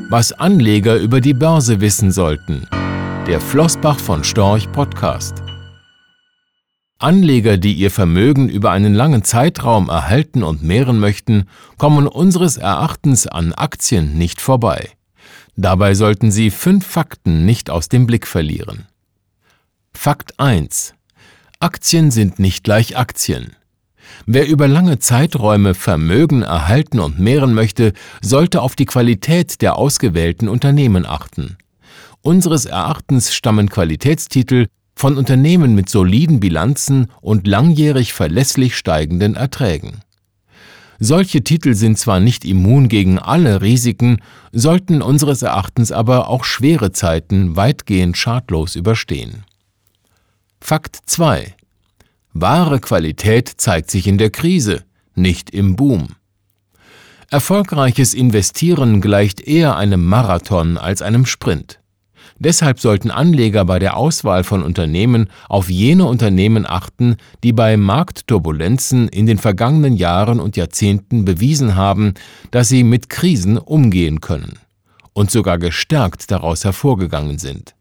Was Anleger über die Börse wissen sollten. Der Flossbach von Storch Podcast. Anleger, die ihr Vermögen über einen langen Zeitraum erhalten und mehren möchten, kommen unseres Erachtens an Aktien nicht vorbei. Dabei sollten sie 5 Fakten nicht aus dem Blick verlieren. Fakt 1: Aktien sind nicht gleich Aktien. Wer über lange Zeiträume Vermögen erhalten und mehren möchte, sollte auf die Qualität der ausgewählten Unternehmen achten. Unseres Erachtens stammen Qualitätstitel von Unternehmen mit soliden Bilanzen und langjährig verlässlich steigenden Erträgen. Solche Titel sind zwar nicht immun gegen alle Risiken, sollten unseres Erachtens aber auch schwere Zeiten weitgehend schadlos überstehen. Fakt 2: Wahre Qualität zeigt sich in der Krise, nicht im Boom. Erfolgreiches Investieren gleicht eher einem Marathon als einem Sprint. Deshalb sollten Anleger bei der Auswahl von Unternehmen auf jene Unternehmen achten, die bei Marktturbulenzen in den vergangenen Jahren und Jahrzehnten bewiesen haben, dass sie mit Krisen umgehen können und sogar gestärkt daraus hervorgegangen sind.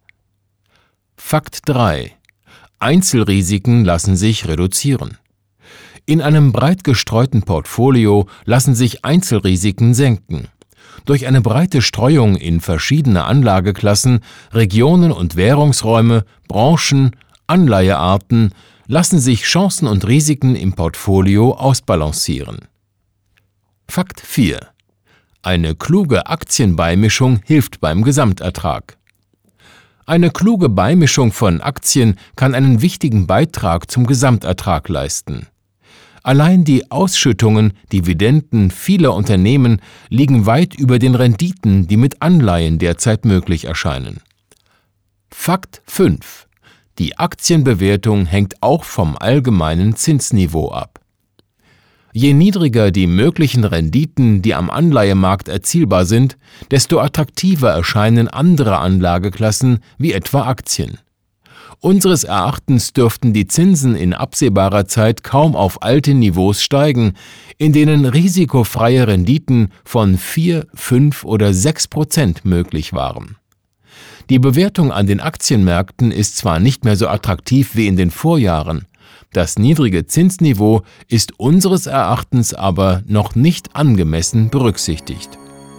Fakt 3: Einzelrisiken lassen sich reduzieren. In einem breit gestreuten Portfolio lassen sich Einzelrisiken senken. Durch eine breite Streuung in verschiedene Anlageklassen, Regionen und Währungsräume, Branchen, Anleihearten lassen sich Chancen und Risiken im Portfolio ausbalancieren. Fakt 4: Eine kluge Aktienbeimischung hilft beim Gesamtertrag. Eine kluge Beimischung von Aktien kann einen wichtigen Beitrag zum Gesamtertrag leisten. Allein die Ausschüttungen, Dividenden vieler Unternehmen liegen weit über den Renditen, die mit Anleihen derzeit möglich erscheinen. Fakt 5: Die Aktienbewertung hängt auch vom allgemeinen Zinsniveau ab. Je niedriger die möglichen Renditen, die am Anleihemarkt erzielbar sind, desto attraktiver erscheinen andere Anlageklassen wie etwa Aktien. Unseres Erachtens dürften die Zinsen in absehbarer Zeit kaum auf alte Niveaus steigen, in denen risikofreie Renditen von 4, 5 oder 6% möglich waren. Die Bewertung an den Aktienmärkten ist zwar nicht mehr so attraktiv wie in den Vorjahren, das niedrige Zinsniveau ist unseres Erachtens aber noch nicht angemessen berücksichtigt.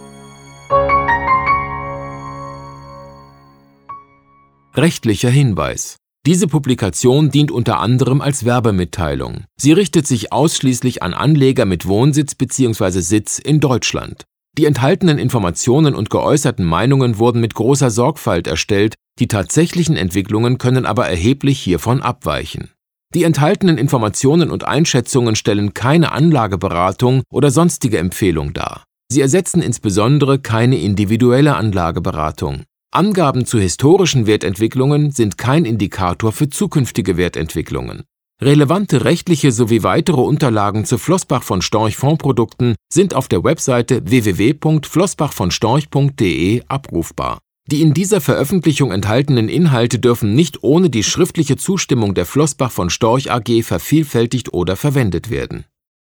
Rechtlicher Hinweis: Diese Publikation dient unter anderem als Werbemitteilung. Sie richtet sich ausschließlich an Anleger mit Wohnsitz bzw. Sitz in Deutschland. Die enthaltenen Informationen und geäußerten Meinungen wurden mit großer Sorgfalt erstellt, die tatsächlichen Entwicklungen können aber erheblich hiervon abweichen. Die enthaltenen Informationen und Einschätzungen stellen keine Anlageberatung oder sonstige Empfehlung dar. Sie ersetzen insbesondere keine individuelle Anlageberatung. Angaben zu historischen Wertentwicklungen sind kein Indikator für zukünftige Wertentwicklungen. Relevante rechtliche sowie weitere Unterlagen zu Flossbach von Storch Fondsprodukten sind auf der Webseite www.flossbachvonstorch.de abrufbar. Die in dieser Veröffentlichung enthaltenen Inhalte dürfen nicht ohne die schriftliche Zustimmung der Flossbach von Storch AG vervielfältigt oder verwendet werden.